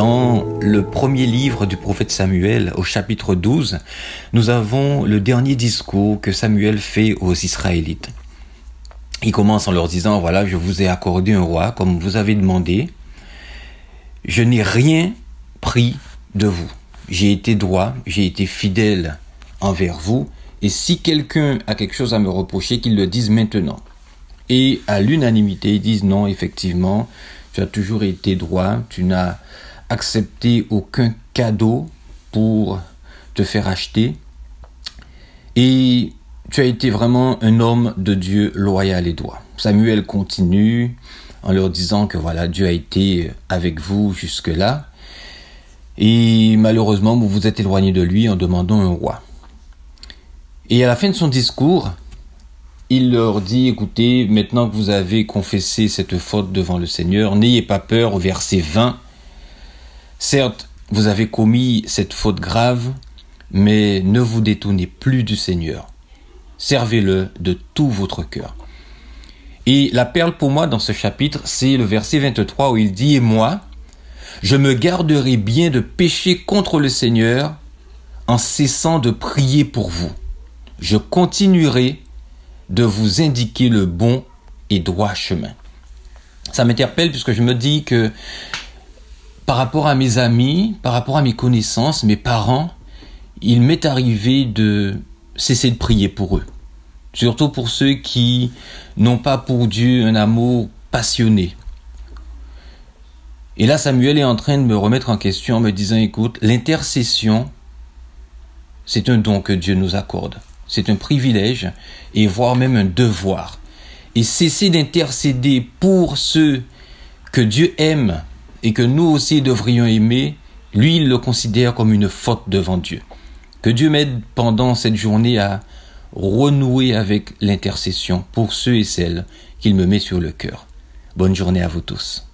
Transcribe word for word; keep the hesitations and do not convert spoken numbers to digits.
Dans le premier livre du prophète Samuel, au chapitre douze, nous avons le dernier discours que Samuel fait aux Israélites. Il commence en leur disant, voilà, je vous ai accordé un roi comme vous avez demandé. Je n'ai rien pris de vous. J'ai été droit, j'ai été fidèle envers vous. Et si quelqu'un a quelque chose à me reprocher, qu'il le dise maintenant. Et à l'unanimité, ils disent non, effectivement, tu as toujours été droit, tu n'as accepté aucun cadeau pour te faire acheter. Et tu as été vraiment un homme de Dieu loyal et droit. Samuel continue en leur disant que voilà, Dieu a été avec vous jusque-là. Et malheureusement, vous vous êtes éloigné de lui en demandant un roi. Et à la fin de son discours, il leur dit, écoutez, maintenant que vous avez confessé cette faute devant le Seigneur, n'ayez pas peur, au verset vingt. Certes, vous avez commis cette faute grave, mais ne vous détournez plus du Seigneur. Servez-le de tout votre cœur. Et la perle pour moi dans ce chapitre, c'est le verset vingt-trois où il dit, et moi, je me garderai bien de pécher contre le Seigneur en cessant de prier pour vous. Je continuerai de vous indiquer le bon et droit chemin. Ça m'interpelle puisque je me dis que par rapport à mes amis, par rapport à mes connaissances, mes parents, il m'est arrivé de cesser de prier pour eux. Surtout pour ceux qui n'ont pas pour Dieu un amour passionné. Et là, Samuel est en train de me remettre en question en me disant, écoute, l'intercession, c'est un don que Dieu nous accorde. C'est un privilège et voire même un devoir. Et cesser d'intercéder pour ceux que Dieu aime et que nous aussi devrions aimer, lui, il le considère comme une faute devant Dieu. Que Dieu m'aide pendant cette journée à renouer avec l'intercession pour ceux et celles qu'il me met sur le cœur. Bonne journée à vous tous.